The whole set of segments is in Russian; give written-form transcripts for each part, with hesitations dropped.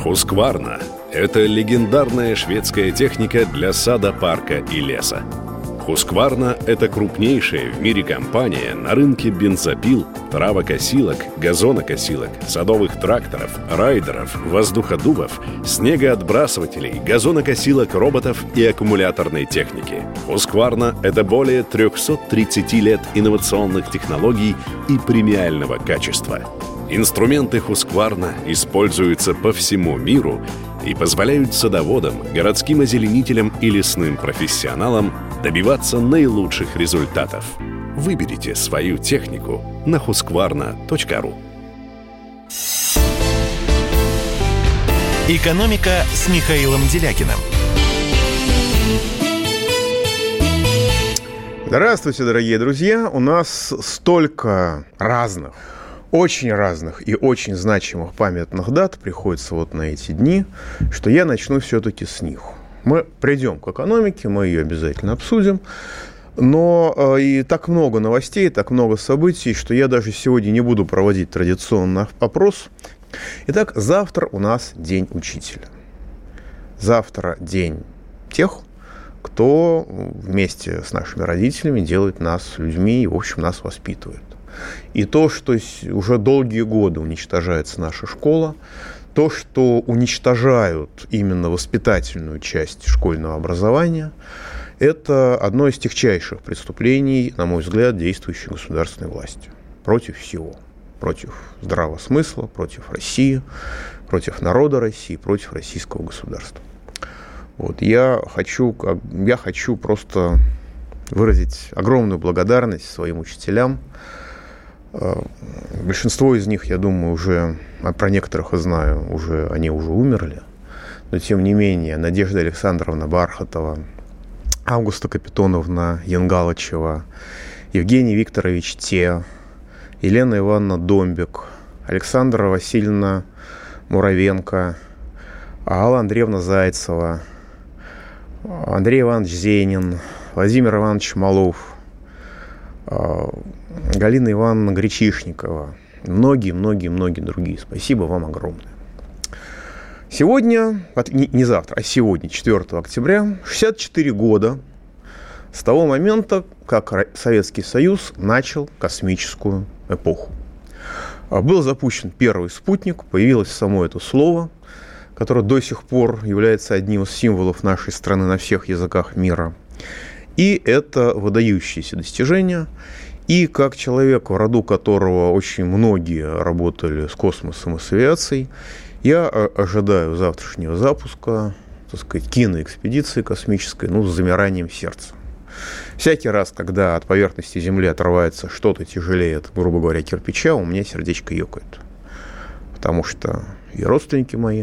Husqvarna – это легендарная шведская техника для сада, парка и леса. Husqvarna – это крупнейшая в мире компания на рынке бензопил, травокосилок, газонокосилок, садовых тракторов, райдеров, воздуходувов, снегоотбрасывателей, газонокосилок, роботов и аккумуляторной техники. Husqvarna – это более 330 лет инновационных технологий и премиального качества. Инструменты Husqvarna используются по всему миру и позволяют садоводам, городским озеленителям и лесным профессионалам добиваться наилучших результатов. Выберите свою технику на husqvarna.ru. «Экономика» с Михаилом Делякиным. Здравствуйте, дорогие друзья! У нас столько разных, очень разных и очень значимых памятных дат приходится вот на эти дни, что я начну все-таки с них. Мы придем к экономике, мы ее обязательно обсудим, но и так много новостей, так много событий, что я даже сегодня не буду проводить традиционный опрос. Итак, завтра у нас День учителя. Завтра день тех, кто вместе с нашими родителями делает нас людьми и, в общем, нас воспитывает. И то, что уже долгие годы уничтожается наша школа, то, что уничтожают именно воспитательную часть школьного образования, это одно из тягчайших преступлений, на мой взгляд, действующей государственной власти. Против всего. Против здравого смысла, против России, против народа России, против российского государства. Вот, я хочу просто выразить огромную благодарность своим учителям. Большинство из них, я думаю, уже, про некоторых я знаю, они уже умерли. Но, тем не менее, Надежда Александровна Бархатова, Августа Капитоновна Янгалычева, Евгений Викторович Те, Елена Ивановна Домбек, Александра Васильевна Муравенко, Алла Андреевна Зайцева, Андрей Иванович Зенин, Владимир Иванович Малов, Галина Ивановна Гречишникова, многие другие. Спасибо вам огромное. Сегодня, не завтра, а сегодня, 4 октября, 64 года с того момента, как Советский Союз начал космическую эпоху. Был запущен первый спутник, появилось само это слово, которое до сих пор является одним из символов нашей страны на всех языках мира. И это выдающееся достижение. И как человек, в роду которого очень многие работали с космосом и с авиацией, я ожидаю завтрашнего запуска, так сказать, киноэкспедиции космической, с замиранием сердца. Всякий раз, когда от поверхности Земли отрывается что-то тяжелее, грубо говоря, кирпича, у меня сердечко ёкает. Потому что и родственники мои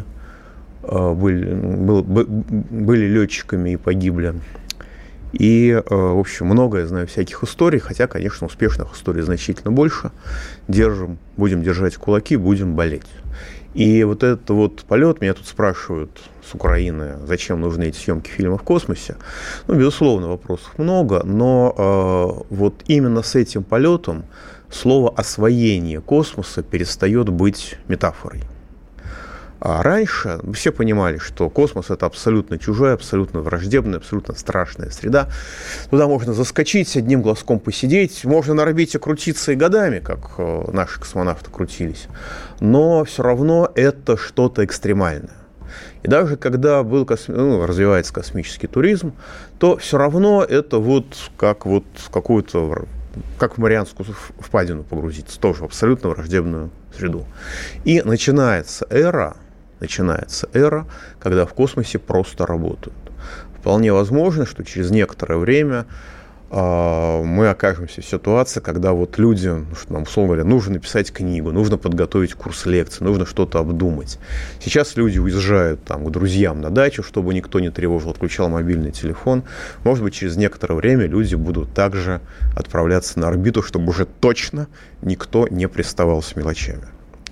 были летчиками и погибли. И, в общем, многое знаю всяких историй, хотя, конечно, успешных историй значительно больше. Будем держать кулаки, будем болеть. И вот этот вот полет, меня тут спрашивают с Украины, зачем нужны эти съемки фильма в космосе. Безусловно, вопросов много, но вот именно с этим полетом слово «освоение космоса» перестает быть метафорой. А раньше все понимали, что космос – это абсолютно чужая, абсолютно враждебная, абсолютно страшная среда. Туда можно заскочить, одним глазком посидеть, можно на орбите крутиться и годами, как наши космонавты крутились. Но все равно это что-то экстремальное. И даже когда развивается космический туризм, то все равно это как в Марианскую впадину погрузиться, тоже абсолютно враждебную среду. И начинается эра, когда в космосе просто работают. Вполне возможно, что через некоторое время мы окажемся в ситуации, когда людям, условно говоря, нужно написать книгу, нужно подготовить курс лекций, нужно что-то обдумать. Сейчас люди уезжают к друзьям на дачу, чтобы никто не тревожил, отключал мобильный телефон. Может быть, через некоторое время люди будут также отправляться на орбиту, чтобы уже точно никто не приставал с мелочами.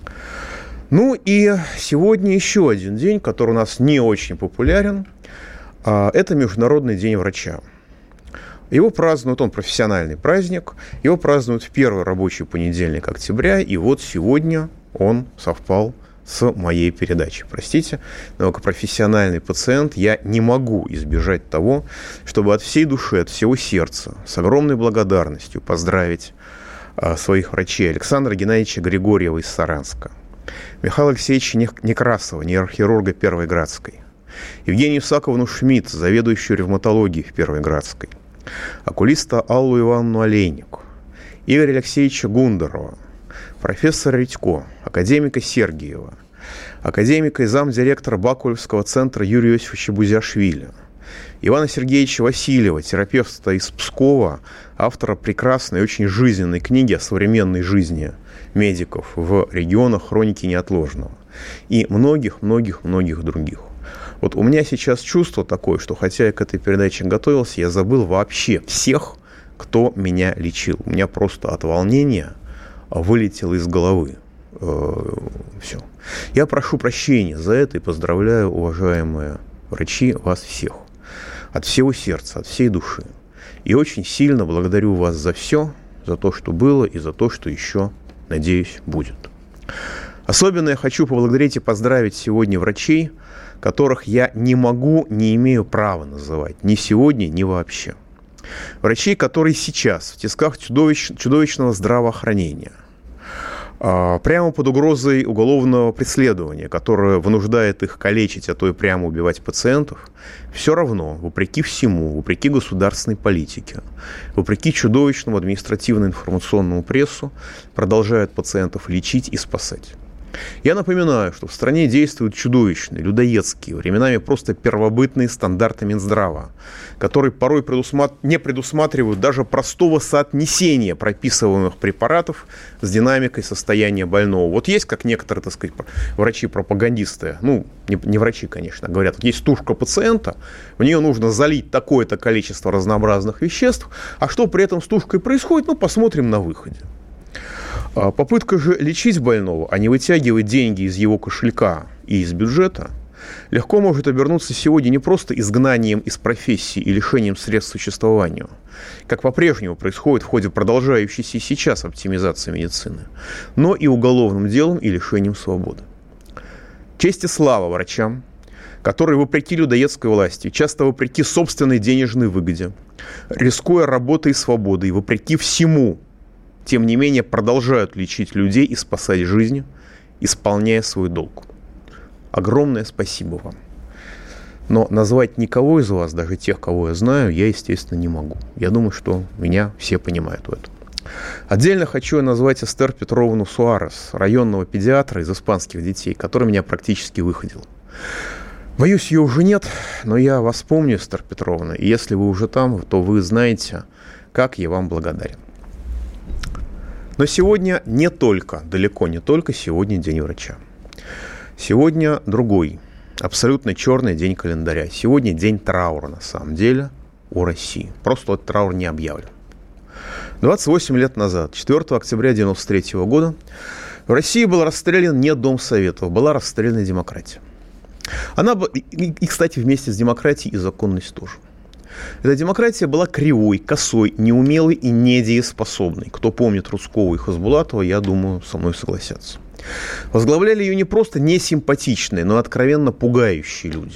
И сегодня еще один день, который у нас не очень популярен. Это Международный день врача. Его празднуют, он профессиональный праздник, его празднуют в первый рабочий понедельник октября, и вот сегодня он совпал с моей передачи. Простите, но как профессиональный пациент я не могу избежать того, чтобы от всей души, от всего сердца, с огромной благодарностью поздравить своих врачей: Александра Геннадьевича Григорьева из Саранска, Михаила Алексеевича Некрасова, нейрохирурга Первой Градской, Евгению Исааковну Шмидт, заведующую ревматологией в Первой Градской, окулиста Аллу Ивановну Олейник, Игоря Алексеевича Гундарова, профессора Редько, академика Сергиева, академика и замдиректора Бакулевского центра Юрия Иосифовича Бузиашвили, Ивана Сергеевича Васильева, терапевта из Пскова, автора прекрасной и очень жизненной книги о современной жизни медиков в регионах хроники неотложного, и многих-многих-многих других. Вот у меня сейчас чувство такое, что хотя я к этой передаче готовился, я забыл вообще всех, кто меня лечил. У меня просто от волнения вылетело из головы все. Я прошу прощения за это и поздравляю, уважаемые врачи, вас всех. От всего сердца, от всей души. И очень сильно благодарю вас за все, за то, что было, и за то, что еще, надеюсь, будет. Особенно я хочу поблагодарить и поздравить сегодня врачей, которых я не могу, не имею права называть. Ни сегодня, ни вообще. Врачей, которые сейчас в тисках чудовищного здравоохранения, прямо под угрозой уголовного преследования, которое вынуждает их калечить, а то и прямо убивать пациентов, все равно, вопреки всему, вопреки государственной политике, вопреки чудовищному административно-информационному прессу, продолжают пациентов лечить и спасать. Я напоминаю, что в стране действуют чудовищные, людоедские, временами просто первобытные стандарты Минздрава, которые порой не предусматривают даже простого соотнесения прописываемых препаратов с динамикой состояния больного. Вот есть, как некоторые, так сказать, врачи-пропагандисты, не врачи, конечно, говорят, вот есть тушка пациента, в нее нужно залить такое-то количество разнообразных веществ, а что при этом с тушкой происходит, посмотрим на выходе. Попытка же лечить больного, а не вытягивать деньги из его кошелька и из бюджета, легко может обернуться сегодня не просто изгнанием из профессии и лишением средств к существованию, как по-прежнему происходит в ходе продолжающейся сейчас оптимизации медицины, но и уголовным делом и лишением свободы. Честь и слава врачам, которые, вопреки людоедской власти, часто вопреки собственной денежной выгоде, рискуя работой и свободой, вопреки всему, тем не менее, продолжают лечить людей и спасать жизни, исполняя свой долг. Огромное спасибо вам. Но назвать никого из вас, даже тех, кого я знаю, я, естественно, не могу. Я думаю, что меня все понимают в этом. Отдельно хочу я назвать Эстер Петровну Суарес, районного педиатра из испанских детей, который меня практически выходил. Боюсь, ее уже нет, но я вас помню, Эстер Петровна, и если вы уже там, то вы знаете, как я вам благодарен. Но сегодня далеко не только сегодня День врача. Сегодня другой, абсолютно черный день календаря. Сегодня день траура, на самом деле, у России. Просто этот траур не объявлен. 28 лет назад, 4 октября 1993 года, в России был расстрелян не Дом Советов, была расстреляна демократия. И, кстати, вместе с демократией и законность тоже. Эта демократия была кривой, косой, неумелой и недееспособной. Кто помнит Русского и Хасбулатова, я думаю, со мной согласятся. Возглавляли ее не просто несимпатичные, но откровенно пугающие люди.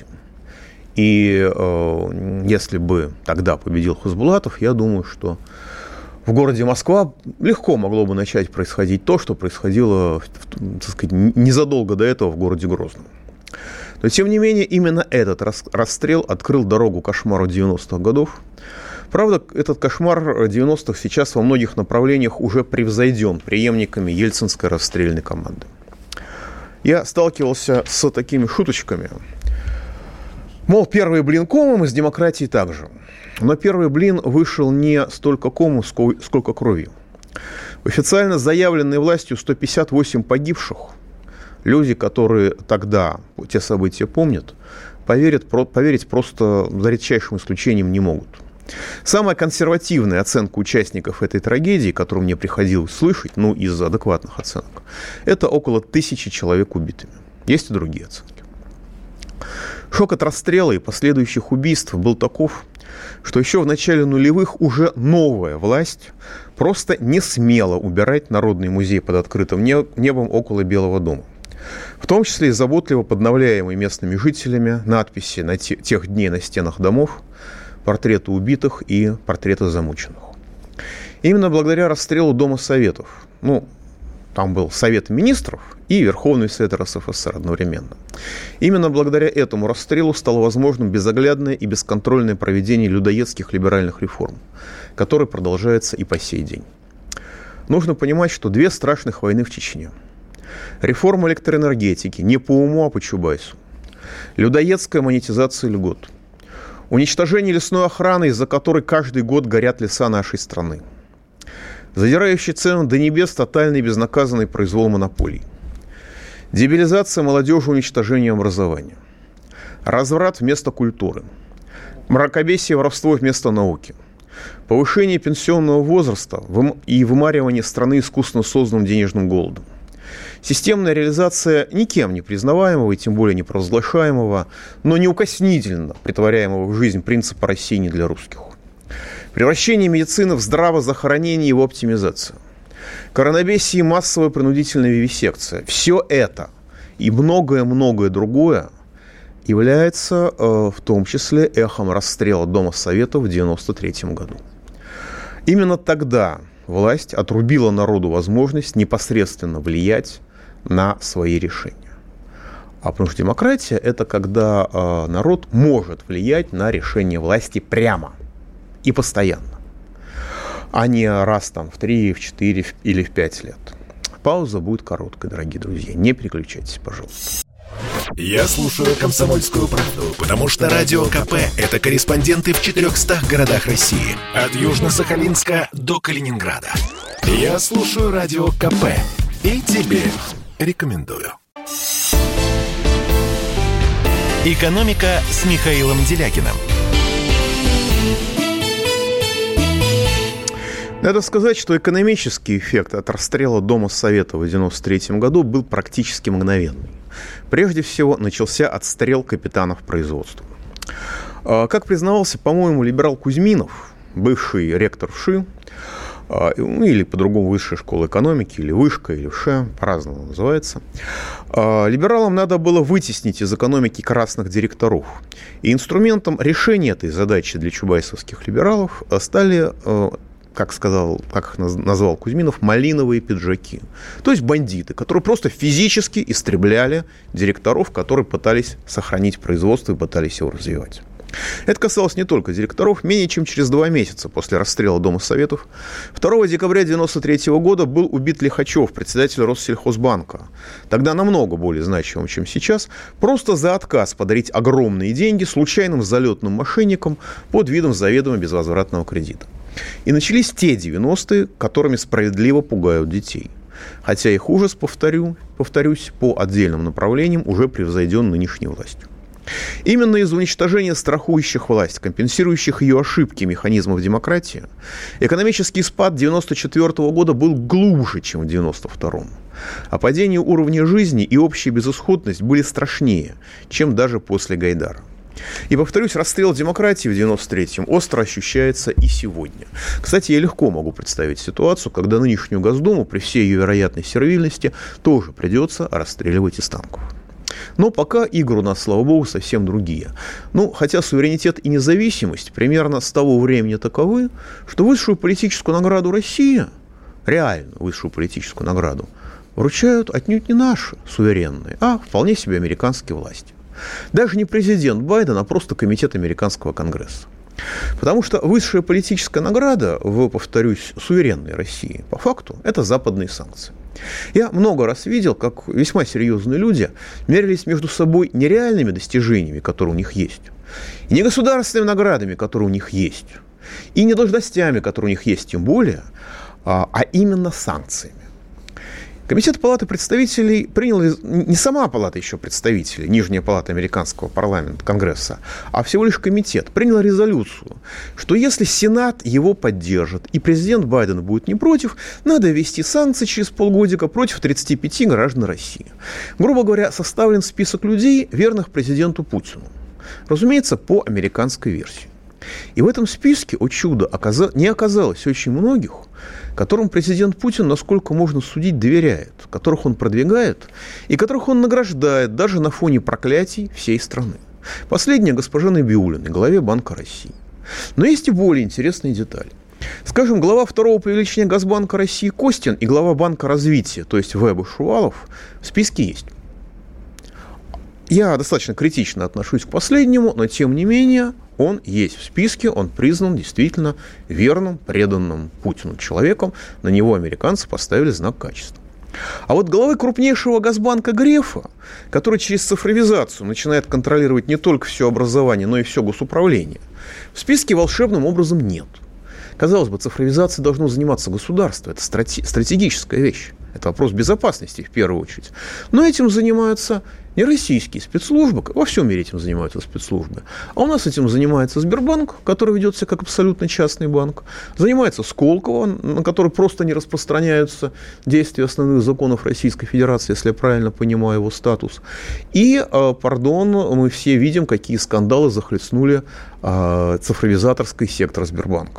И если бы тогда победил Хасбулатов, я думаю, что в городе Москва легко могло бы начать происходить то, что происходило, так сказать, незадолго до этого в городе Грозном. Но, тем не менее, именно этот расстрел открыл дорогу кошмару 90-х годов. Правда, этот кошмар 90-х сейчас во многих направлениях уже превзойден преемниками ельцинской расстрельной команды. Я сталкивался с такими шуточками. Мол, первый блин комом, из демократии также. Но первый блин вышел не столько комом, сколько кровью. В официально заявленной властью 158 погибших. Люди, которые тогда те события помнят, поверить просто за редчайшим исключением не могут. Самая консервативная оценка участников этой трагедии, которую мне приходилось слышать, из адекватных оценок, это около 1000 человек убитыми. Есть и другие оценки. Шок от расстрела и последующих убийств был таков, что еще в начале нулевых уже новая власть просто не смела убирать Народный музей под открытым небом около Белого дома. В том числе и заботливо подновляемые местными жителями надписи на тех дней на стенах домов, портреты убитых и портреты замученных. Именно благодаря расстрелу Дома Советов, там был Совет Министров и Верховный Совет РСФСР одновременно. Именно благодаря этому расстрелу стало возможным безоглядное и бесконтрольное проведение людоедских либеральных реформ, которые продолжаются и по сей день. Нужно понимать, что 2 страшных войны в Чечне. Реформа электроэнергетики не по уму, а по Чубайсу. Людоедская монетизация льгот. Уничтожение лесной охраны, из-за которой каждый год горят леса нашей страны. Задирающий цену до небес тотальный безнаказанный произвол монополий. Дебилизация молодежи, уничтожение образования. Разврат вместо культуры. Мракобесие, воровство вместо науки. Повышение пенсионного возраста и вымаривание страны искусственно созданным денежным голодом. Системная реализация никем не признаваемого и тем более не провозглашаемого, но неукоснительно притворяемого в жизнь принципа «Россия не для русских». Превращение медицины в здравозахоронение и его оптимизацию. Коронабесие и массовая принудительная вивисекция. Все это и многое-многое другое является в том числе эхом расстрела Дома Советов в 1993 году. Именно тогда власть отрубила народу возможность непосредственно влиять на свои решения. А потому что демократия – это когда народ может влиять на решение власти прямо и постоянно, а не раз в 3, в 4 или в 5 лет. Пауза будет короткой, дорогие друзья. Не переключайтесь, пожалуйста. Я слушаю «Комсомольскую правду», потому что Радио КП – это корреспонденты в 400 городах России. От Южно-Сахалинска до Калининграда. Я слушаю Радио КП и тебе рекомендую. «Экономика» с Михаилом Делякиным. Надо сказать, что экономический эффект от расстрела Дома Советов в 1993 году был практически мгновенный. Прежде всего, начался отстрел капитанов производства. Как признавался, по-моему, либерал Кузьминов, бывший ректор ВШИ, или по-другому Высшая школа экономики, или Вышка, или ВШЭ, по-разному называется, либералам надо было вытеснить из экономики красных директоров. И инструментом решения этой задачи для чубайсовских либералов стали, как их назвал Кузьминов, малиновые пиджаки. То есть бандиты, которые просто физически истребляли директоров, которые пытались сохранить производство и пытались его развивать. Это касалось не только директоров. Менее чем через 2 месяца после расстрела Дома Советов 2 декабря 1993 года был убит Лихачев, председатель Россельхозбанка, тогда намного более значимым, чем сейчас, просто за отказ подарить огромные деньги случайным залетным мошенникам под видом заведомо безвозвратного кредита. И начались те 90-е, которыми справедливо пугают детей. Хотя их ужас, повторюсь, по отдельным направлениям уже превзойден нынешней властью. Именно из-за уничтожения страхующих власть, компенсирующих ее ошибки механизмов демократии, экономический спад 1994 года был глубже, чем в 1992. А падение уровня жизни и общая безысходность были страшнее, чем даже после Гайдара. И, повторюсь, расстрел демократии в 1993-м остро ощущается и сегодня. Кстати, я легко могу представить ситуацию, когда нынешнюю Госдуму при всей ее вероятной сервильности тоже придется расстреливать из танков. Но пока игры у нас, слава богу, совсем другие. Хотя суверенитет и независимость примерно с того времени таковы, что высшую политическую награду России, реальную высшую политическую награду, вручают отнюдь не наши суверенные, а вполне себе американские власти. Даже не президент Байден, а просто комитет американского Конгресса. Потому что высшая политическая награда в, повторюсь, суверенной России, по факту, это западные санкции. Я много раз видел, как весьма серьезные люди мерились между собой не реальными достижениями, которые у них есть, и не государственными наградами, которые у них есть, и не должностями, которые у них есть, тем более, а именно санкциями. Комитет Палаты представителей принял, не сама Палата еще представителей, Нижняя Палата американского парламента, Конгресса, а всего лишь комитет, принял резолюцию, что если Сенат его поддержит и президент Байден будет не против, надо ввести санкции через полгодика против 35 граждан России. Грубо говоря, составлен список людей, верных президенту Путину. Разумеется, по американской версии. И в этом списке, о чудо, не оказалось очень многих, которым президент Путин, насколько можно судить, доверяет, которых он продвигает и которых он награждает даже на фоне проклятий всей страны. Последняя госпожа Набиуллиной, главе Банка России. Но есть и более интересные детали. Скажем, глава второго по величине Госбанка России Костин и глава Банка развития, то есть ВЭБ и Шувалов, в списке есть. Я достаточно критично отношусь к последнему, но тем не менее он есть в списке, он признан действительно верным, преданным Путину человеком. На него американцы поставили знак качества. А вот главы крупнейшего Госбанка Грефа, который через цифровизацию начинает контролировать не только все образование, но и все госуправление, в списке волшебным образом нет. Казалось бы, цифровизацией должно заниматься государство. Это стратегическая вещь. Это вопрос безопасности в первую очередь. Но этим занимаются не российские спецслужбы. Во всем мире этим занимаются спецслужбы. А у нас этим занимается Сбербанк, который ведет себя как абсолютно частный банк. Занимается Сколково, на который просто не распространяются действия основных законов Российской Федерации, если я правильно понимаю его статус. И, мы все видим, какие скандалы захлестнули цифровизаторский сектор Сбербанка.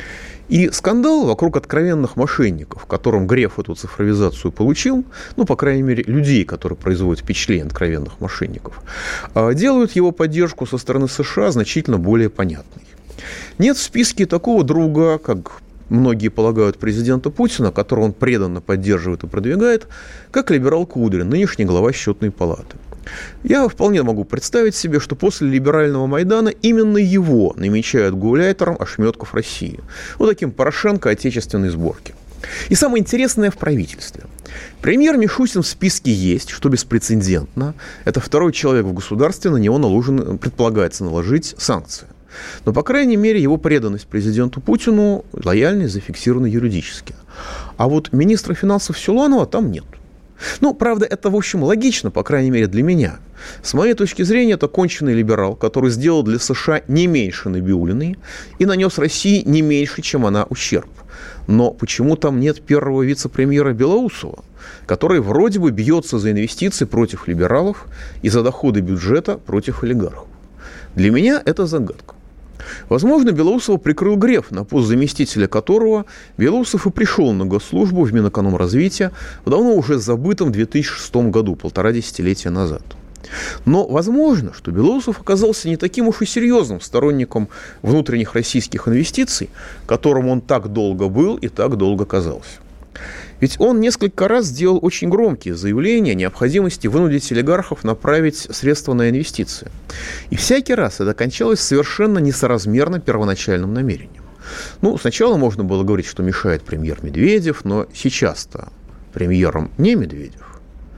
И скандал вокруг откровенных мошенников, которым Греф эту цифровизацию получил, по крайней мере, людей, которые производят впечатление откровенных мошенников, делают его поддержку со стороны США значительно более понятной. Нет в списке такого друга, как многие полагают президента Путина, которого он преданно поддерживает и продвигает, как либерал Кудрин, нынешний глава Счетной палаты. Я вполне могу представить себе, что после либерального Майдана именно его намечают гауляйтером ошметков России. Таким Порошенко отечественной сборки. И самое интересное в правительстве. Премьер Мишустин в списке есть, что беспрецедентно. Это второй человек в государстве, на него предполагается наложить санкции. Но, по крайней мере, его преданность президенту Путину, лояльность зафиксирована юридически. А вот министра финансов Силуанова там нет. Правда, это, в общем, логично, по крайней мере, для меня. С моей точки зрения, это конченый либерал, который сделал для США не меньше Набиуллиной и нанес России не меньше, чем она, ущерб. Но почему там нет первого вице-премьера Белоусова, который вроде бы бьется за инвестиции против либералов и за доходы бюджета против олигархов? Для меня это загадка. Возможно, Белоусова прикрыл Греф, на пост заместителя которого Белоусов и пришел на госслужбу в Минэкономразвития в давно уже забытом 2006 году, 1,5 десятилетия назад. Но возможно, что Белоусов оказался не таким уж и серьезным сторонником внутренних российских инвестиций, которым он так долго был и так долго казался. Ведь он несколько раз сделал очень громкие заявления о необходимости вынудить олигархов направить средства на инвестиции. И всякий раз это кончалось совершенно несоразмерно первоначальным намерением. Сначала можно было говорить, что мешает премьер Медведев, но сейчас-то премьером не Медведев.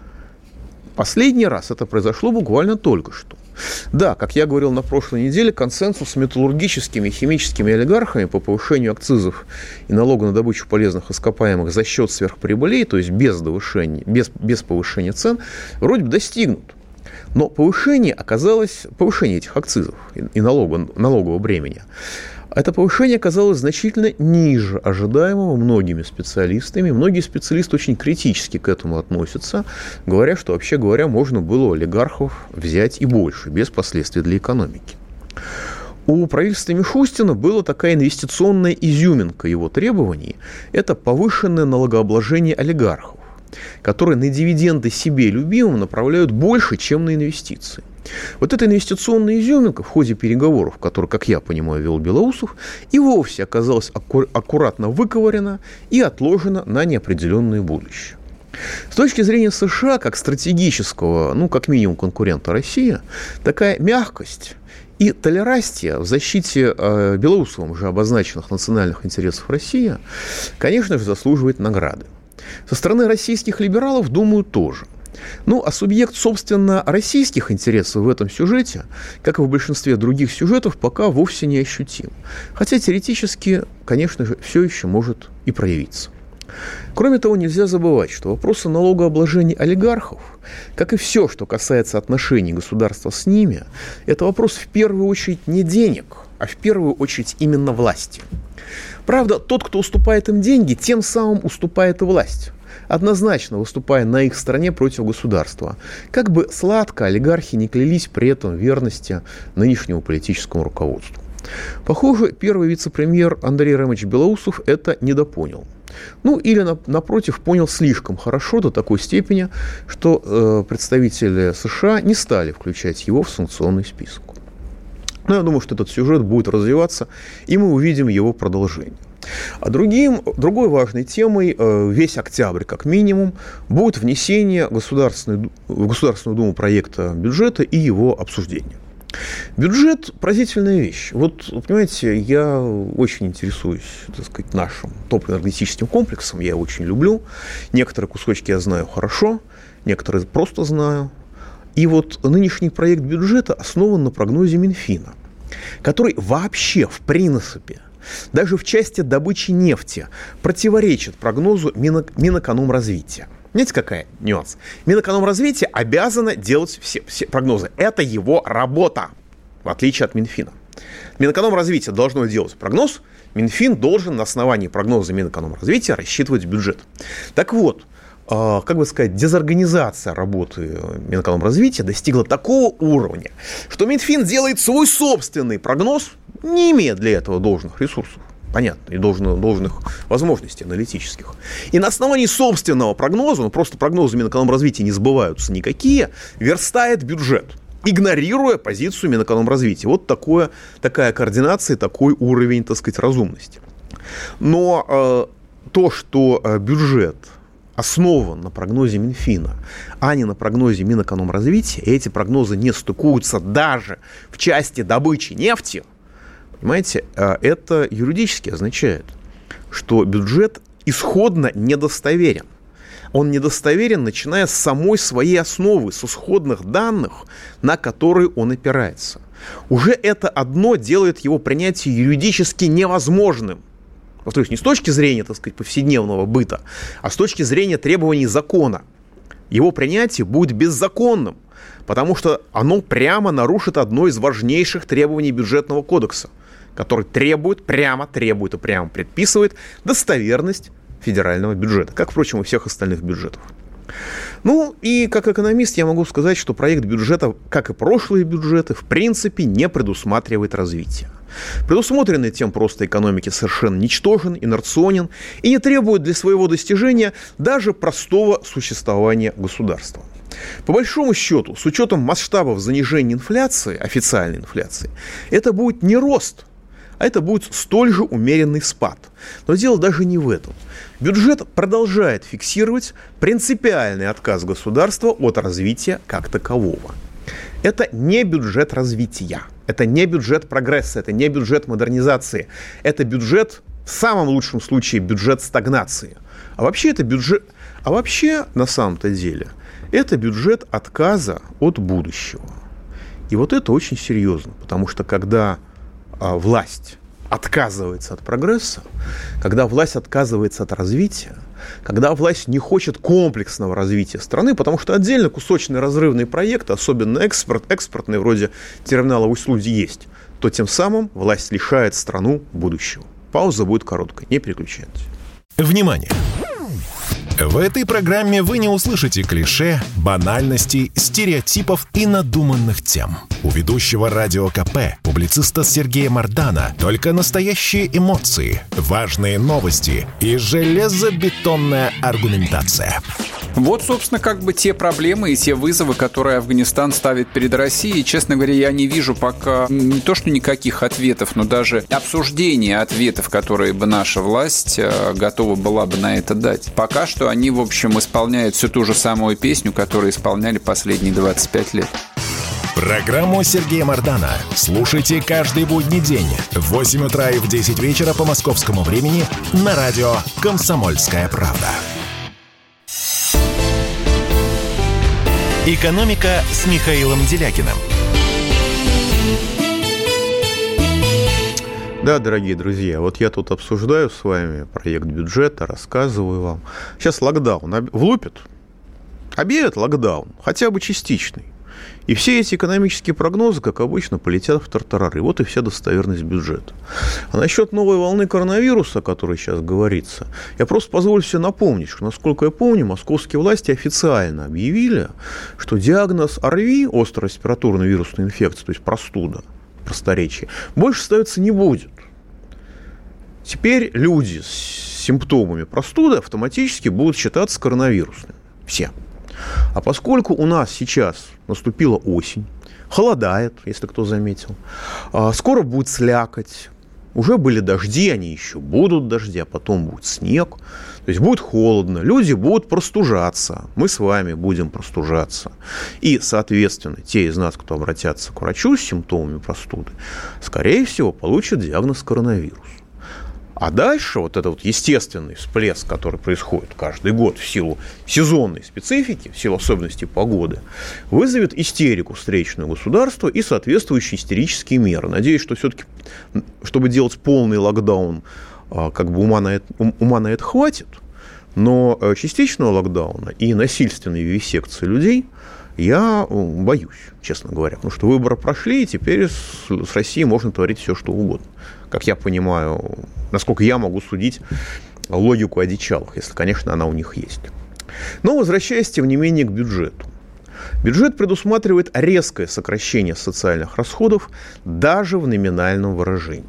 Последний раз это произошло буквально только что. Да, как я говорил на прошлой неделе, консенсус с металлургическими и химическими олигархами по повышению акцизов и налога на добычу полезных ископаемых за счет сверхприбылей, то есть без повышения цен, вроде бы достигнут. Но повышение этих акцизов и налогового бремени, это повышение оказалось значительно ниже ожидаемого многими специалистами. Многие специалисты очень критически к этому относятся, говоря, что, вообще говоря, можно было у олигархов взять и больше, без последствий для экономики. У правительства Мишустина была такая инвестиционная изюминка его требований. Это повышенное налогообложение олигархов, которые на дивиденды себе любимым направляют больше, чем на инвестиции. Вот эта инвестиционная изюминка в ходе переговоров, которые, как я понимаю, вел Белоусов, и вовсе оказалась аккуратно выковырена и отложена на неопределенное будущее. С точки зрения США, как стратегического, как минимум, конкурента России, такая мягкость и толерастия в защите Белоусовым уже обозначенных национальных интересов России, конечно же, заслуживает награды. Со стороны российских либералов, думаю, тоже. А субъект, собственно, российских интересов в этом сюжете, как и в большинстве других сюжетов, пока вовсе не ощутим. Хотя теоретически, конечно же, все еще может и проявиться. Кроме того, нельзя забывать, что вопросы налогообложения олигархов, как и все, что касается отношений государства с ними, это вопрос в первую очередь не денег, а в первую очередь именно власти. Правда, тот, кто уступает им деньги, тем самым уступает и власть, однозначно выступая на их стороне против государства. Как бы сладко олигархи не клялись при этом в верности нынешнему политическому руководству. Похоже, первый вице-премьер Андрей Ремович Белоусов это недопонял. Или, напротив, понял слишком хорошо до такой степени, что представители США не стали включать его в санкционный список. Но я думаю, что этот сюжет будет развиваться, и мы увидим его продолжение. А другой важной темой весь октябрь, как минимум, будет внесение в Государственную Думу проекта бюджета и его обсуждение. Бюджет – поразительная вещь. Понимаете, я очень интересуюсь, нашим топливно-энергетическим комплексом, я его очень люблю. Некоторые кусочки я знаю хорошо, некоторые просто знаю. И нынешний проект бюджета основан на прогнозе Минфина, который вообще, в принципе, даже в части добычи нефти противоречит прогнозу Минэкономразвития. Знаете, какая нюанс? Минэкономразвитие обязано делать все прогнозы. Это его работа, в отличие от Минфина. Минэкономразвитие должно делать прогноз, Минфин должен на основании прогноза Минэкономразвития рассчитывать бюджет. Так вот, дезорганизация работы Минэкономразвития достигла такого уровня, что Минфин делает свой собственный прогноз, не имея для этого должных ресурсов, понятно, и должных возможностей аналитических. И на основании собственного прогноза, просто прогнозы Минэкономразвития не сбываются никакие, верстает бюджет, игнорируя позицию Минэкономразвития. Такая координация, такой уровень, разумности. Но то, что бюджет основан на прогнозе Минфина, а не на прогнозе Минэкономразвития, и эти прогнозы не стыкуются даже в части добычи нефти, понимаете, это юридически означает, что бюджет исходно недостоверен. Он недостоверен, начиная с самой своей основы, с исходных данных, на которые он опирается. Уже это одно делает его принятие юридически невозможным. Повторюсь, не с точки зрения, повседневного быта, а с точки зрения требований закона. Его принятие будет беззаконным, потому что оно прямо нарушит одно из важнейших требований бюджетного кодекса, который прямо требует и прямо предписывает достоверность федерального бюджета, как, впрочем, и всех остальных бюджетов. И как экономист я могу сказать, что проект бюджета, как и прошлые бюджеты, в принципе не предусматривает развитие. Предусмотренный тем просто экономики совершенно ничтожен, инерционен и не требует для своего достижения даже простого существования государства. По большому счету, с учетом масштабов занижения инфляции, официальной инфляции, это будет не рост, а это будет столь же умеренный спад. Но дело даже не в этом. Бюджет продолжает фиксировать принципиальный отказ государства от развития как такового. Это не бюджет развития, это не бюджет прогресса, это не бюджет модернизации. Это бюджет, в самом лучшем случае, бюджет стагнации. А вообще, на самом-то деле, это бюджет отказа от будущего. И это очень серьезно, потому что когда власть отказывается от прогресса, когда власть отказывается от развития, когда власть не хочет комплексного развития страны, потому что отдельно кусочные разрывные проекты, особенно экспортные, вроде терминала Усть-Луги, есть, то тем самым власть лишает страну будущего. Пауза будет короткой, не переключайтесь. Внимание! В этой программе вы не услышите клише, банальностей, стереотипов и надуманных тем. У ведущего Радио КП, публициста Сергея Мардана, только настоящие эмоции, важные новости и железобетонная аргументация. Собственно, те проблемы и те вызовы, которые Афганистан ставит перед Россией. Честно говоря, я не вижу пока не то что никаких ответов, но даже обсуждения ответов, которые бы наша власть готова была бы на это дать. Пока что они, в общем, исполняют всю ту же самую песню, которую исполняли последние 25 лет. Программу Сергея Мардана слушайте каждый будний день в 8 утра и в 10 вечера по московскому времени на радио «Комсомольская правда». «Экономика» с Михаилом Делякиным. Да, дорогие друзья, я тут обсуждаю с вами проект бюджета, рассказываю вам. Сейчас локдаун влупят, объявят локдаун, хотя бы частичный. И все эти экономические прогнозы, как обычно, полетят в тартарары. И вся достоверность бюджета. А насчет новой волны коронавируса, о которой сейчас говорится, я просто позволю себе напомнить, что, насколько я помню, московские власти официально объявили, что диагноз ОРВИ, острая респираторная вирусная инфекция, то есть простуда просторечии, больше ставиться не будет. Теперь люди с симптомами простуды автоматически будут считаться коронавирусными. Все. А поскольку у нас сейчас наступила осень, холодает, если кто заметил, скоро будет слякоть, уже были дожди, они еще будут дожди, а потом будет снег, то есть будет холодно, люди будут простужаться, мы с вами будем простужаться. И, соответственно, те из нас, кто обратятся к врачу с симптомами простуды, скорее всего, получат диагноз коронавирус. А дальше вот этот вот естественный всплеск, который происходит каждый год в силу сезонной специфики, в силу особенностей погоды, вызовет истерику встречного государства и соответствующие истерические меры. Надеюсь, что все-таки, чтобы делать полный локдаун, как бы ума на это хватит, но частичного локдауна и насильственной вивисекции людей я боюсь, честно говоря, потому что выборы прошли, и теперь с Россией можно творить все, что угодно. Как я понимаю, насколько я могу судить логику одичалых, если, конечно, она у них есть. Но возвращаясь, тем не менее, к бюджету. Бюджет предусматривает резкое сокращение социальных расходов даже в номинальном выражении.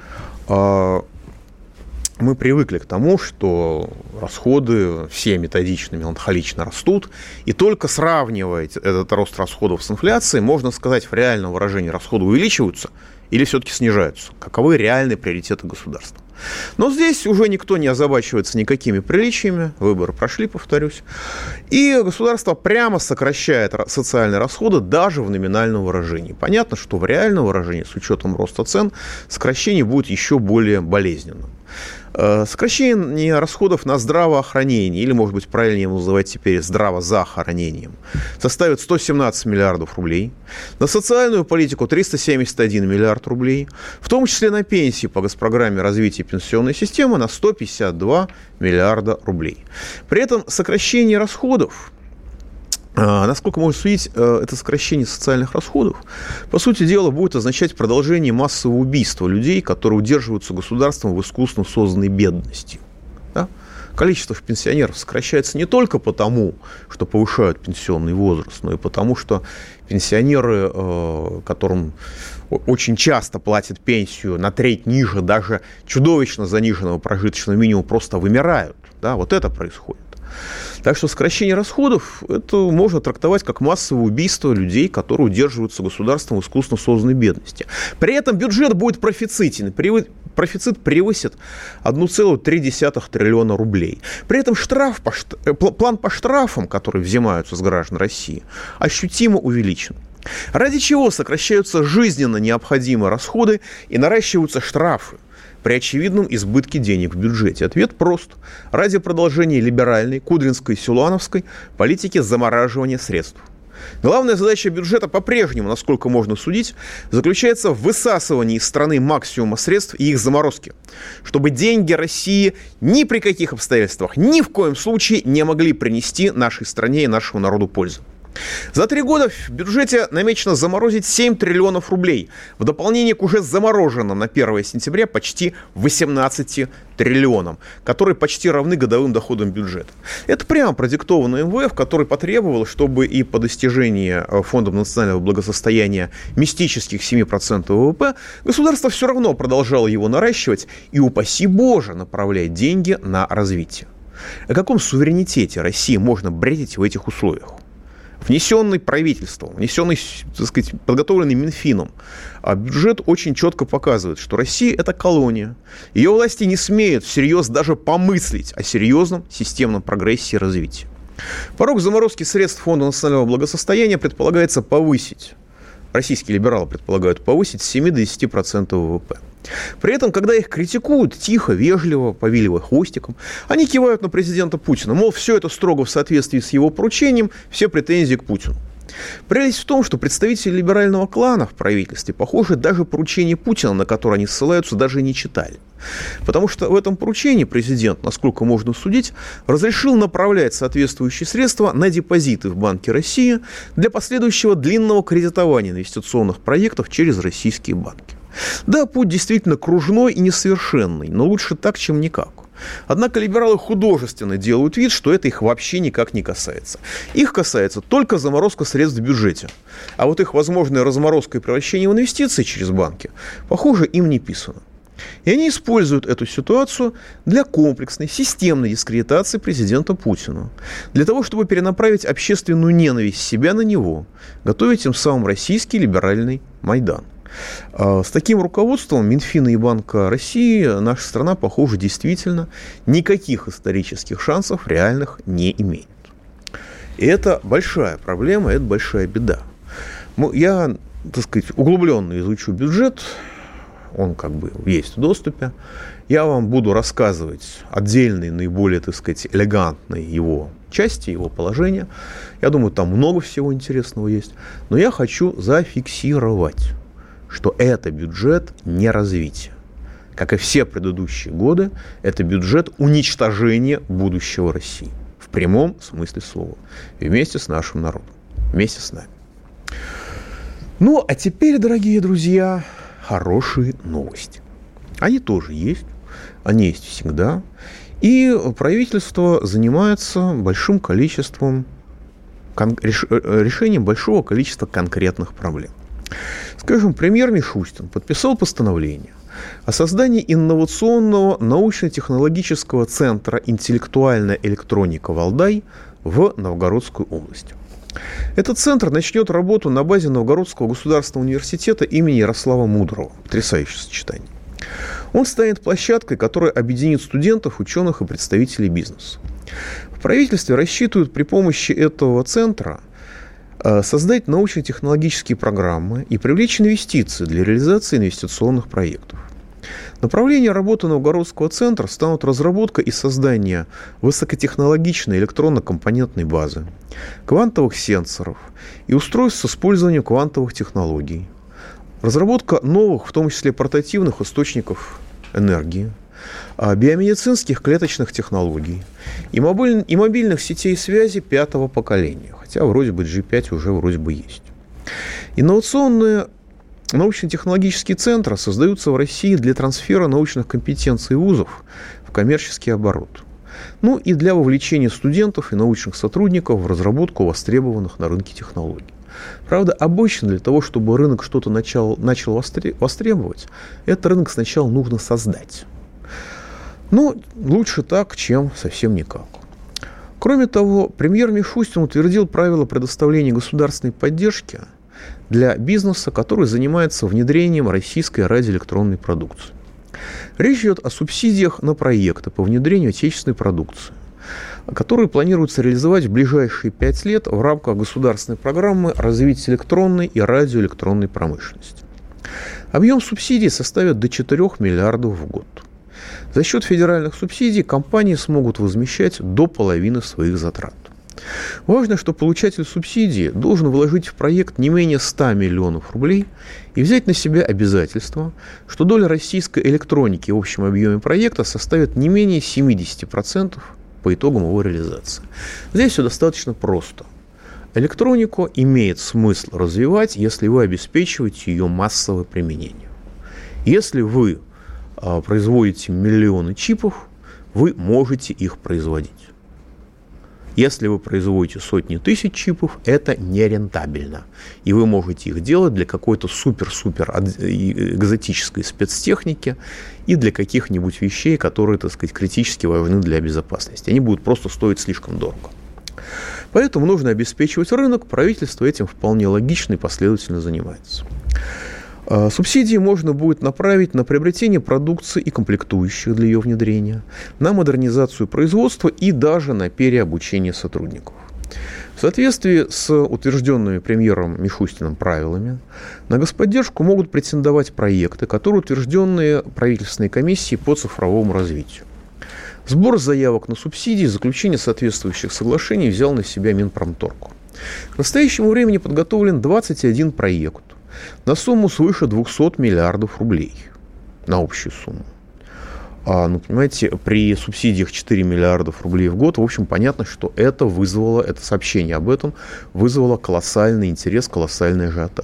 Мы привыкли к тому, что расходы все методично, меланхолично растут, и только сравнивая этот рост расходов с инфляцией, можно сказать, в реальном выражении расходы увеличиваются или все-таки снижаются. Каковы реальные приоритеты государства? Но здесь уже никто не озабачивается никакими приличиями, выборы прошли, повторюсь, и государство прямо сокращает социальные расходы даже в номинальном выражении. Понятно, что в реальном выражении, с учетом роста цен, сокращение будет еще более болезненным. Сокращение расходов на здравоохранение, или, может быть, правильнее его называть теперь здравозахоронением, составит 117 миллиардов рублей, на социальную политику 371 миллиард рублей, в том числе на пенсии по госпрограмме развития пенсионной системы на 152 миллиарда рублей. При этом сокращение расходов, насколько можно судить, это сокращение социальных расходов, по сути дела, будет означать продолжение массового убийства людей, которые удерживаются государством в искусственно созданной бедности. Да? Количество пенсионеров сокращается не только потому, что повышают пенсионный возраст, но и потому, что пенсионеры, которым очень часто платят пенсию на треть ниже даже чудовищно заниженного прожиточного минимума, просто вымирают. Да? Вот это происходит. Так что сокращение расходов это можно трактовать как массовое убийство людей, которые удерживаются государством в искусственно созданной бедности. При этом бюджет будет профицитен. Профицит превысит 1,3 триллиона рублей. При этом план по штрафам, которые взимаются с граждан России, ощутимо увеличен. Ради чего сокращаются жизненно необходимые расходы и наращиваются штрафы при очевидном избытке денег в бюджете? Ответ прост. Ради продолжения либеральной, кудринской, силуановской политики замораживания средств. Главная задача бюджета по-прежнему, насколько можно судить, заключается в высасывании из страны максимума средств и их заморозке, чтобы деньги России ни при каких обстоятельствах, ни в коем случае не могли принести нашей стране и нашему народу пользу. За 3 года в бюджете намечено заморозить 7 триллионов рублей, в дополнение к уже замороженным на 1 сентября почти 18 триллионам, которые почти равны годовым доходам бюджета. Это прямо продиктовано МВФ, который потребовал, чтобы и по достижении Фондом национального благосостояния мистических 7% ВВП государство все равно продолжало его наращивать и, упаси Боже, направлять деньги на развитие. О каком суверенитете России можно бредить в этих условиях? Внесенный правительством, внесенный, так сказать, подготовленный Минфином, бюджет очень четко показывает, что Россия – это колония. Ее власти не смеют всерьез даже помыслить о серьезном системном прогрессе и развитии. Порог заморозки средств Фонда национального благосостояния предполагается повысить. Российские либералы предполагают повысить с 7 до 10% ВВП. При этом, когда их критикуют, тихо, вежливо, повиливая хвостиком, они кивают на президента Путина. Мол, все это строго в соответствии с его поручением, все претензии к Путину. Прелесть в том, что представители либерального клана в правительстве, похоже, даже поручение Путина, на которое они ссылаются, даже не читали. Потому что в этом поручении президент, насколько можно судить, разрешил направлять соответствующие средства на депозиты в Банке России для последующего длинного кредитования инвестиционных проектов через российские банки. Да, путь действительно кружной и несовершенный, но лучше так, чем никак. Однако либералы художественно делают вид, что это их вообще никак не касается. Их касается только заморозка средств в бюджете. А вот их возможная разморозка и превращение в инвестиции через банки, похоже, им не писано. И они используют эту ситуацию для комплексной, системной дискредитации президента Путина. Для того, чтобы перенаправить общественную ненависть себя на него, готовить тем самым российский либеральный Майдан. С таким руководством Минфина и Банка России наша страна, похоже, действительно никаких исторических шансов реальных не имеет. И это большая проблема, это большая беда. Я, так сказать, углубленно изучу бюджет, он как бы есть в доступе. Я вам буду рассказывать отдельные, наиболее, так сказать, элегантные его части, его положения. Я думаю, там много всего интересного есть. Но я хочу зафиксировать, что это бюджет не развития. Как и все предыдущие годы, это бюджет уничтожения будущего России. В прямом смысле слова. Вместе с нашим народом. Вместе с нами. Ну, а теперь, дорогие друзья, хорошие новости. Они тоже есть. Они есть всегда. И правительство занимается большим количеством решением большого количества конкретных проблем. Скажем, премьер Мишустин подписал постановление о создании инновационного научно-технологического центра «Интеллектуальная электроника Валдай» в Новгородской области. Этот центр начнет работу на базе Новгородского государственного университета имени Ярослава Мудрого. Потрясающее сочетание. Он станет площадкой, которая объединит студентов, ученых и представителей бизнеса. В правительстве рассчитывают при помощи этого центра создать научно-технологические программы и привлечь инвестиции для реализации инвестиционных проектов. Направления работы Новгородского центра станут разработка и создание высокотехнологичной электронно-компонентной базы, квантовых сенсоров и устройств с использованием квантовых технологий, разработка новых, в том числе портативных источников энергии, биомедицинских клеточных технологий и мобильных сетей связи 5-го поколения, хотя вроде бы G5 уже вроде бы есть. Инновационные научно-технологические центры создаются в России для трансфера научных компетенций вузов в коммерческий оборот. Ну и для вовлечения студентов и научных сотрудников в разработку востребованных на рынке технологий. Правда, обычно для того, чтобы рынок что-то начал востребовать, этот рынок сначала нужно создать. Но лучше так, чем совсем никак. Кроме того, премьер Мишустин утвердил правила предоставления государственной поддержки для бизнеса, который занимается внедрением российской радиоэлектронной продукции. Речь идет о субсидиях на проекты по внедрению отечественной продукции, которые планируется реализовать в ближайшие 5 лет в рамках государственной программы развития электронной и радиоэлектронной промышленности. Объем субсидий составит до 4 миллиардов в год. За счет федеральных субсидий компании смогут возмещать до половины своих затрат. Важно, что получатель субсидии должен вложить в проект не менее 100 миллионов рублей и взять на себя обязательство, что доля российской электроники в общем объеме проекта составит не менее 70% по итогам его реализации. Здесь все достаточно просто. Электронику имеет смысл развивать, если вы обеспечиваете ее массовое применение. Если вы производите миллионы чипов, вы можете их производить. Если вы производите сотни тысяч чипов, это нерентабельно. И вы можете их делать для какой-то супер-супер экзотической спецтехники и для каких-нибудь вещей, которые, так сказать, критически важны для безопасности. Они будут просто стоить слишком дорого. Поэтому нужно обеспечивать рынок, правительство этим вполне логично и последовательно занимается. Субсидии можно будет направить на приобретение продукции и комплектующих для ее внедрения, на модернизацию производства и даже на переобучение сотрудников. В соответствии с утвержденными премьером Мишустиным правилами, на господдержку могут претендовать проекты, которые утверждены правительственной комиссией по цифровому развитию. Сбор заявок на субсидии и заключение соответствующих соглашений взял на себя Минпромторг. К настоящему времени подготовлен 21 проект на сумму свыше 200 миллиардов рублей, на общую сумму. Понимаете, при субсидиях 4 миллиардов рублей в год, в общем, понятно, что это сообщение об этом вызвало колоссальный интерес, колоссальный ажиотаж.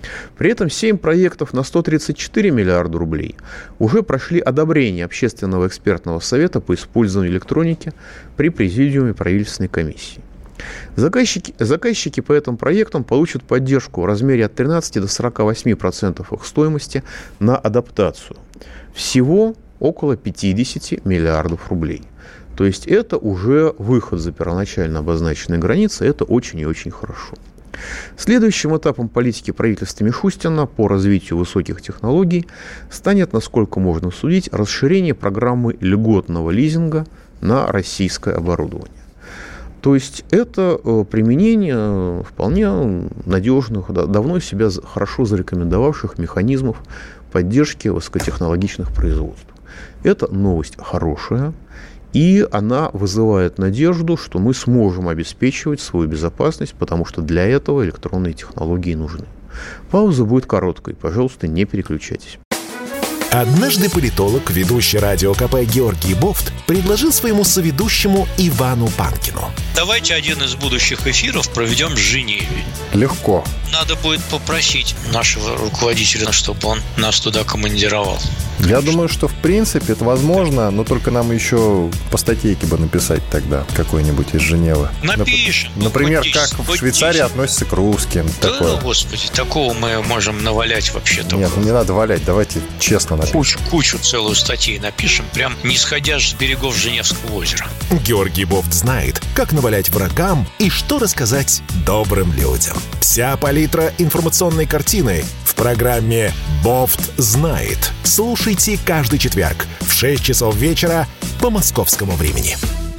При этом 7 проектов на 134 миллиарда рублей уже прошли одобрение Общественного экспертного совета по использованию электроники при Президиуме правительственной комиссии. Заказчики по этим проектам получат поддержку в размере от 13 до 48% их стоимости на адаптацию. Всего около 50 миллиардов рублей. То есть это уже выход за первоначально обозначенные границы, это очень и очень хорошо. Следующим этапом политики правительства Мишустина по развитию высоких технологий станет, насколько можно судить, расширение программы льготного лизинга на российское оборудование. То есть это применение вполне надежных, давно себя хорошо зарекомендовавших механизмов поддержки высокотехнологичных производств. Это новость хорошая, и она вызывает надежду, что мы сможем обеспечивать свою безопасность, потому что для этого электронные технологии нужны. Пауза будет короткой, пожалуйста, не переключайтесь. Однажды политолог, ведущий радио КП Георгий Бофт, предложил своему соведущему Ивану Панкину: давайте один из будущих эфиров проведем в Женеве. Легко. Надо будет попросить нашего руководителя, чтобы он нас туда командировал. Я думаю, что в принципе это возможно, но только нам еще по статейке бы написать тогда какой-нибудь из Женевы. Напишем. Например, как в Швейцарии относятся к русским. Да, такое. господи, такого мы можем навалять вообще-то. Нет, не надо валять, давайте честно напишем. Кучу целую статей напишем, прям не сходя с берегов Женевского озера. Георгий Бофт знает, как навалять врагам и что рассказать добрым людям. Вся палитра информационной картины в программе «Бофт знает». Слушайте каждый четверг в 6 часов вечера по московскому времени.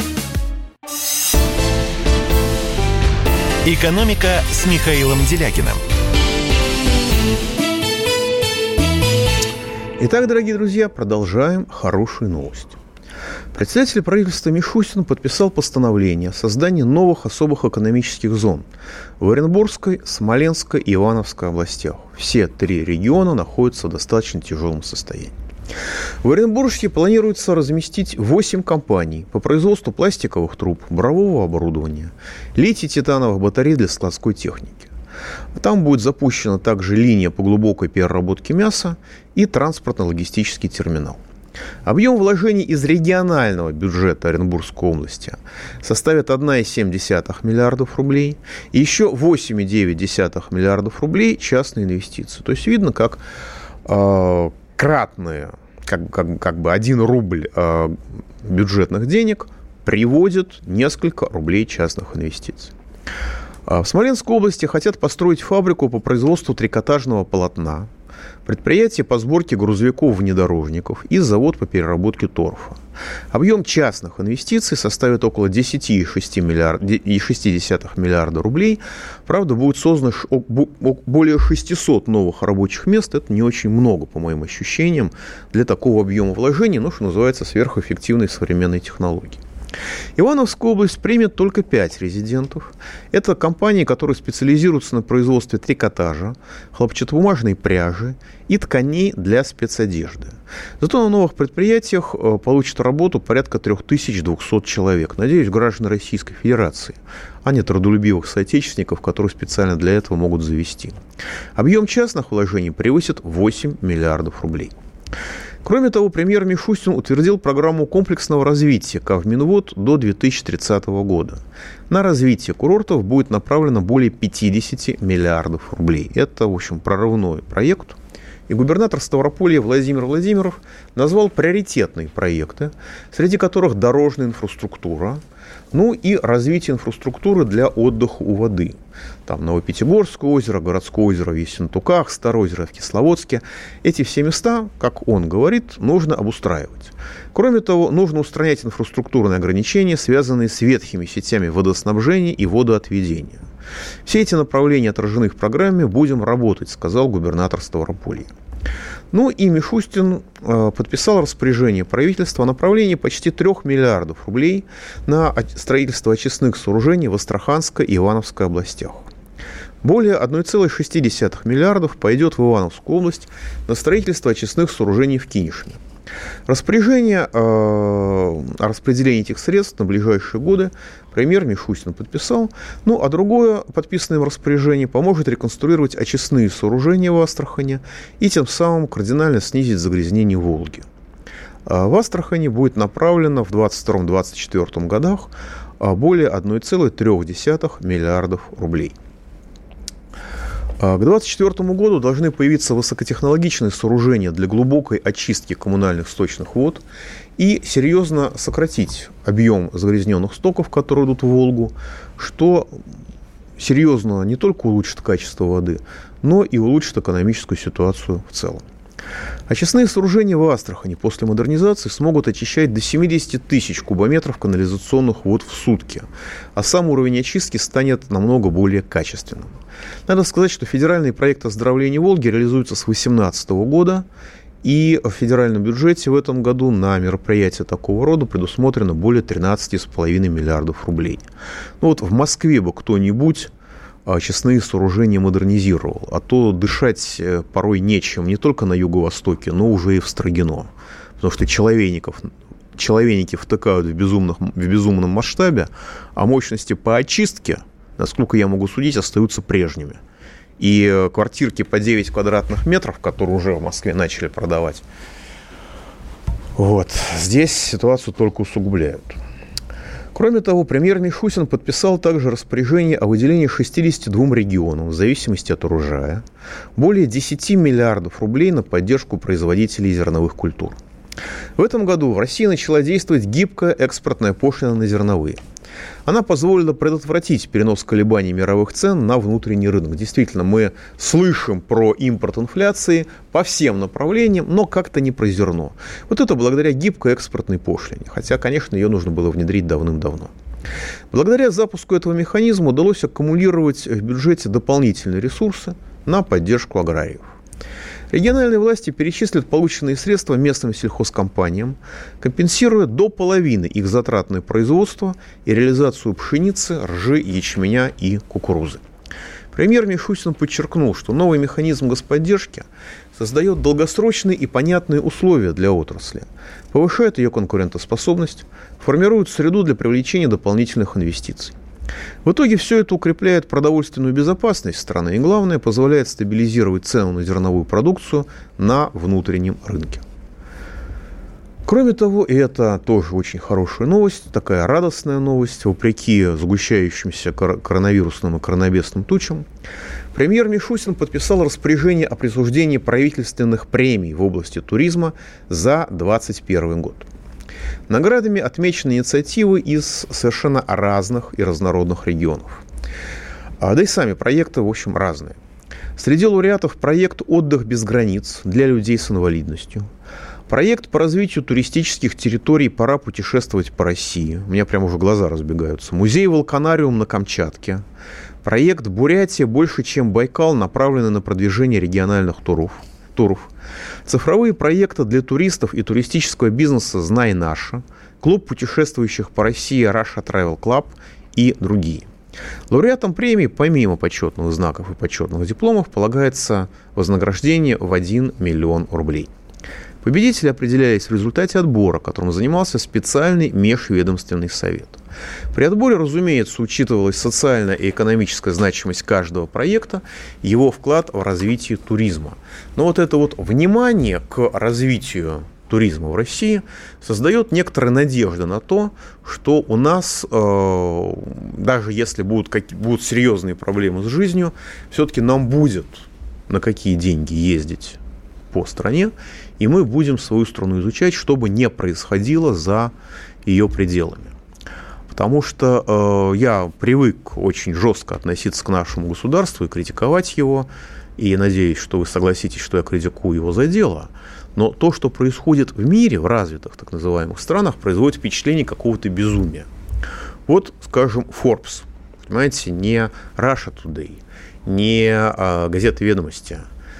«Экономика» с Михаилом Делякиным. Итак, дорогие друзья, продолжаем хорошую новость. Председатель правительства Мишустин подписал постановление о создании новых особых экономических зон в Оренбургской, Смоленской и Ивановской областях. Все 3 региона находятся в достаточно тяжелом состоянии. В Оренбурге планируется разместить 8 компаний по производству пластиковых труб, бурового оборудования, литий-титановых батарей для складской техники. Там будет запущена также линия по глубокой переработке мяса и транспортно-логистический терминал. Объем вложений из регионального бюджета Оренбургской области составит 1,7 миллиардов рублей и еще 8,9 миллиардов рублей частные инвестиции. То есть видно, как кратные, как бы 1 рубль бюджетных денег приводит несколько рублей частных инвестиций. В Смоленской области хотят построить фабрику по производству трикотажного полотна, предприятие по сборке грузовиков-внедорожников и завод по переработке торфа. Объем частных инвестиций составит около 10,6 миллиарда рублей. Правда, будет создано более 600 новых рабочих мест. Это не очень много, по моим ощущениям, для такого объема вложений, но, что называется, сверхэффективной современной технологии. Ивановская область примет только 5 резидентов. Это компании, которые специализируются на производстве трикотажа, хлопчатобумажной пряжи и тканей для спецодежды. Зато на новых предприятиях получат работу порядка 3200 человек. Надеюсь, граждан Российской Федерации, а не трудолюбивых соотечественников, которые специально для этого могут завести. Объем частных вложений превысит 8 миллиардов рублей. Кроме того, премьер Мишустин утвердил программу комплексного развития Кавминвод до 2030 года. На развитие курортов будет направлено более 50 миллиардов рублей. Это, в общем, прорывной проект. И губернатор Ставрополья Владимир Владимиров назвал приоритетные проекты, среди которых дорожная инфраструктура, ну и развитие инфраструктуры для отдыха у воды. Там Новопятигорское озеро, городское озеро в Ессентуках, Старое озеро в Кисловодске. Эти все места, как он говорит, нужно обустраивать. Кроме того, нужно устранять инфраструктурные ограничения, связанные с ветхими сетями водоснабжения и водоотведения. Все эти направления отражены в программе «Будем работать», сказал губернатор Ставрополья. Ну и Мишустин подписал распоряжение правительства о направлении почти 3 миллиардов рублей на строительство очистных сооружений в Астраханской и Ивановской областях. Более 1,6 миллиардов пойдет в Ивановскую область на строительство очистных сооружений в Кинешме. Распоряжение о распределении этих средств на ближайшие годы премьер Мишустин подписал, а другое подписанное им распоряжение поможет реконструировать очистные сооружения в Астрахани и тем самым кардинально снизить загрязнение Волги. В Астрахани будет направлено в 2022-2024 годах более 1,3 миллиардов рублей. К 2024 году должны появиться высокотехнологичные сооружения для глубокой очистки коммунальных сточных вод и серьезно сократить объем загрязненных стоков, которые идут в Волгу, что серьезно не только улучшит качество воды, но и улучшит экономическую ситуацию в целом. Очистные сооружения в Астрахани после модернизации смогут очищать до 70 тысяч кубометров канализационных вод в сутки, а сам уровень очистки станет намного более качественным. Надо сказать, что федеральный проект оздоровления Волги реализуется с 2018 года, и в федеральном бюджете в этом году на мероприятия такого рода предусмотрено более 13,5 миллиардов рублей. В Москве бы кто-нибудь очистные сооружения модернизировал, а то дышать порой нечем не только на юго-востоке, но уже и в Строгино, потому что человейники втыкают в безумном масштабе, а мощности по очистке, насколько я могу судить, остаются прежними. И квартирки по 9 квадратных метров, которые уже в Москве начали продавать, здесь ситуацию только усугубляют. Кроме того, премьер Мишустин подписал также распоряжение о выделении 62 регионам, в зависимости от урожая, более 10 миллиардов рублей на поддержку производителей зерновых культур. В этом году в России начала действовать гибкая экспортная пошлина на зерновые. Она позволила предотвратить перенос колебаний мировых цен на внутренний рынок. Действительно, мы слышим про импорт инфляции по всем направлениям, но как-то не про зерно. Это благодаря гибкой экспортной пошлине. Хотя, конечно, ее нужно было внедрить давным-давно. Благодаря запуску этого механизма удалось аккумулировать в бюджете дополнительные ресурсы на поддержку аграриев. Региональные власти перечислят полученные средства местным сельхозкомпаниям, компенсируя до половины их затрат на производство и реализацию пшеницы, ржи, ячменя и кукурузы. Премьер Мишустин подчеркнул, что новый механизм господдержки создает долгосрочные и понятные условия для отрасли, повышает ее конкурентоспособность, формирует среду для привлечения дополнительных инвестиций. В итоге все это укрепляет продовольственную безопасность страны и, главное, позволяет стабилизировать цену на зерновую продукцию на внутреннем рынке. Кроме того, и это тоже очень хорошая новость, такая радостная новость, вопреки сгущающимся коронавирусным и коронабесным тучам, премьер Мишустин подписал распоряжение о присуждении правительственных премий в области туризма за 2021 год. Наградами отмечены инициативы из совершенно разных и разнородных регионов. Да и сами проекты, в общем, разные. Среди лауреатов проект «Отдых без границ» для людей с инвалидностью. Проект по развитию туристических территорий «Пора путешествовать по России». У меня прямо уже глаза разбегаются. Музей-волканариум на Камчатке. Проект «Бурятия больше, чем Байкал», направленный на продвижение региональных туров. Цифровые проекты для туристов и туристического бизнеса «Знай наше», клуб путешествующих по России Russia Travel Club и другие. Лауреатам премии, помимо почетных знаков и почетных дипломов, полагается вознаграждение в 1 миллион рублей. Победители определялись в результате отбора, которым занимался специальный межведомственный совет. При отборе, разумеется, учитывалась социальная и экономическая значимость каждого проекта, его вклад в развитие туризма. Но это внимание к развитию туризма в России создает некоторые надежды на то, что у нас, даже если будут серьезные проблемы с жизнью, все-таки нам будет на какие деньги ездить по стране, и мы будем свою страну изучать, что бы ни происходило за ее пределами. Потому что я привык очень жестко относиться к нашему государству и критиковать его, и надеюсь, что вы согласитесь, что я критикую его за дело. Но то, что происходит в мире, в развитых так называемых странах, производит впечатление какого-то безумия. Скажем, Forbes, понимаете, не Russia Today, не газета «Ведомости»,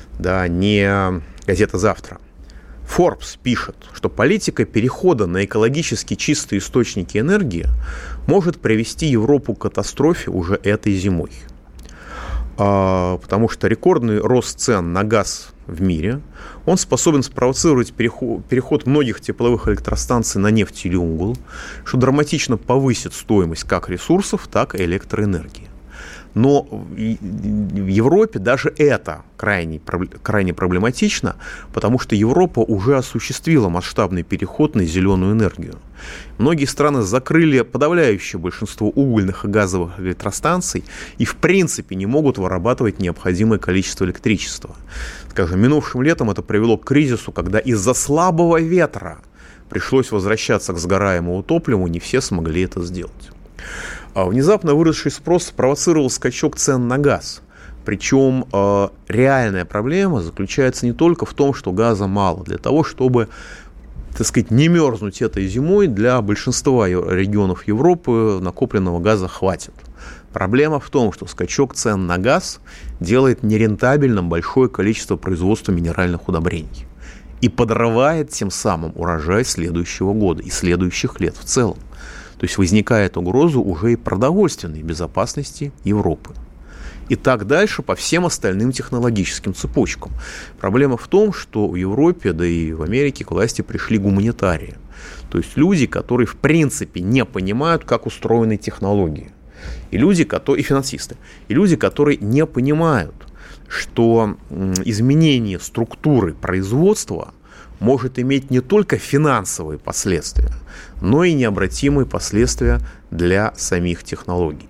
не газета «Завтра». Forbes пишет, что политика перехода на экологически чистые источники энергии может привести Европу к катастрофе уже этой зимой. потому что рекордный рост цен на газ в мире, он способен спровоцировать переход многих тепловых электростанций на нефть или уголь, что драматично повысит стоимость как ресурсов, так и электроэнергии. Но в Европе даже это крайне проблематично, потому что Европа уже осуществила масштабный переход на зеленую энергию. Многие страны закрыли подавляющее большинство угольных и газовых электростанций и в принципе не могут вырабатывать необходимое количество электричества. Скажем, минувшим летом это привело к кризису, когда из-за слабого ветра пришлось возвращаться к сгораемому топливу, не все смогли это сделать. Внезапно выросший спрос спровоцировал скачок цен на газ. Причем реальная проблема заключается не только в том, что газа мало. Для того, чтобы, так сказать, не мерзнуть этой зимой, для большинства регионов Европы накопленного газа хватит. Проблема в том, что скачок цен на газ делает нерентабельным большое количество производства минеральных удобрений и подрывает тем самым урожай следующего года и следующих лет в целом. То есть возникает угроза уже и продовольственной безопасности Европы. И так дальше по всем остальным технологическим цепочкам. Проблема в том, что в Европе, да и в Америке к власти пришли гуманитарии. То есть люди, которые в принципе не понимают, как устроены технологии. И финансисты. И люди, которые не понимают, что изменение структуры производства может иметь не только финансовые последствия, но и необратимые последствия для самих технологий.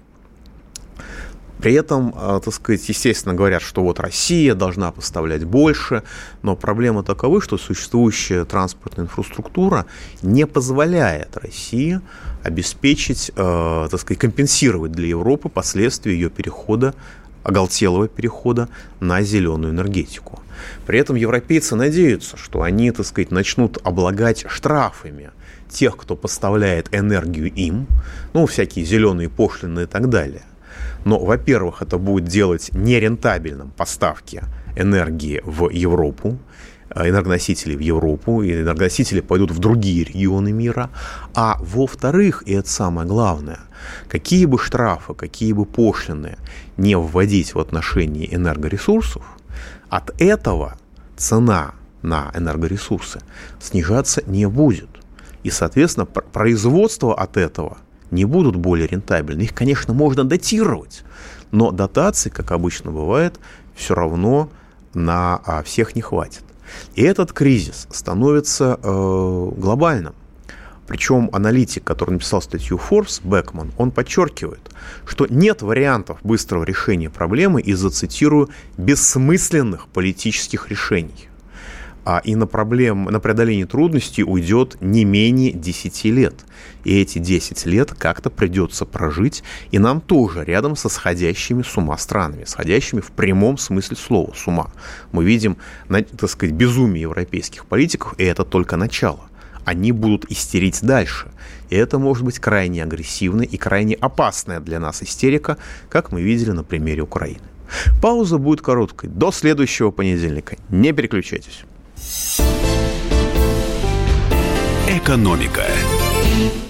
При этом, так сказать, естественно, говорят, что вот Россия должна поставлять больше, но проблема такова, что существующая транспортная инфраструктура не позволяет России обеспечить, так сказать, компенсировать для Европы последствия ее перехода, оголтелого перехода на зеленую энергетику. При этом европейцы надеются, что они, так сказать, начнут облагать штрафами тех, кто поставляет энергию им, всякие зеленые пошлины и так далее. Но, во-первых, это будет делать нерентабельным поставки энергии в Европу, энергоносителей в Европу, и энергоносители пойдут в другие регионы мира. А во-вторых, и это самое главное, какие бы штрафы, какие бы пошлины не вводить в отношении энергоресурсов, от этого цена на энергоресурсы снижаться не будет. И, соответственно, производство от этого не будут более рентабельны. Их, конечно, можно датировать, но дотаций, как обычно бывает, все равно на всех не хватит. И этот кризис становится глобальным. Причем аналитик, который написал статью Forbes, Бекман, он подчеркивает, что нет вариантов быстрого решения проблемы из-за, цитирую, бессмысленных политических решений. И на преодоление трудностей уйдет не менее 10 лет. И эти 10 лет как-то придется прожить и нам тоже рядом со сходящими с ума странами, сходящими в прямом смысле слова с ума. Мы видим, так сказать, безумие европейских политиков, и это только начало. Они будут истерить дальше. И это может быть крайне агрессивная и крайне опасная для нас истерика, как мы видели на примере Украины. Пауза будет короткой. До следующего понедельника. Не переключайтесь. Экономика.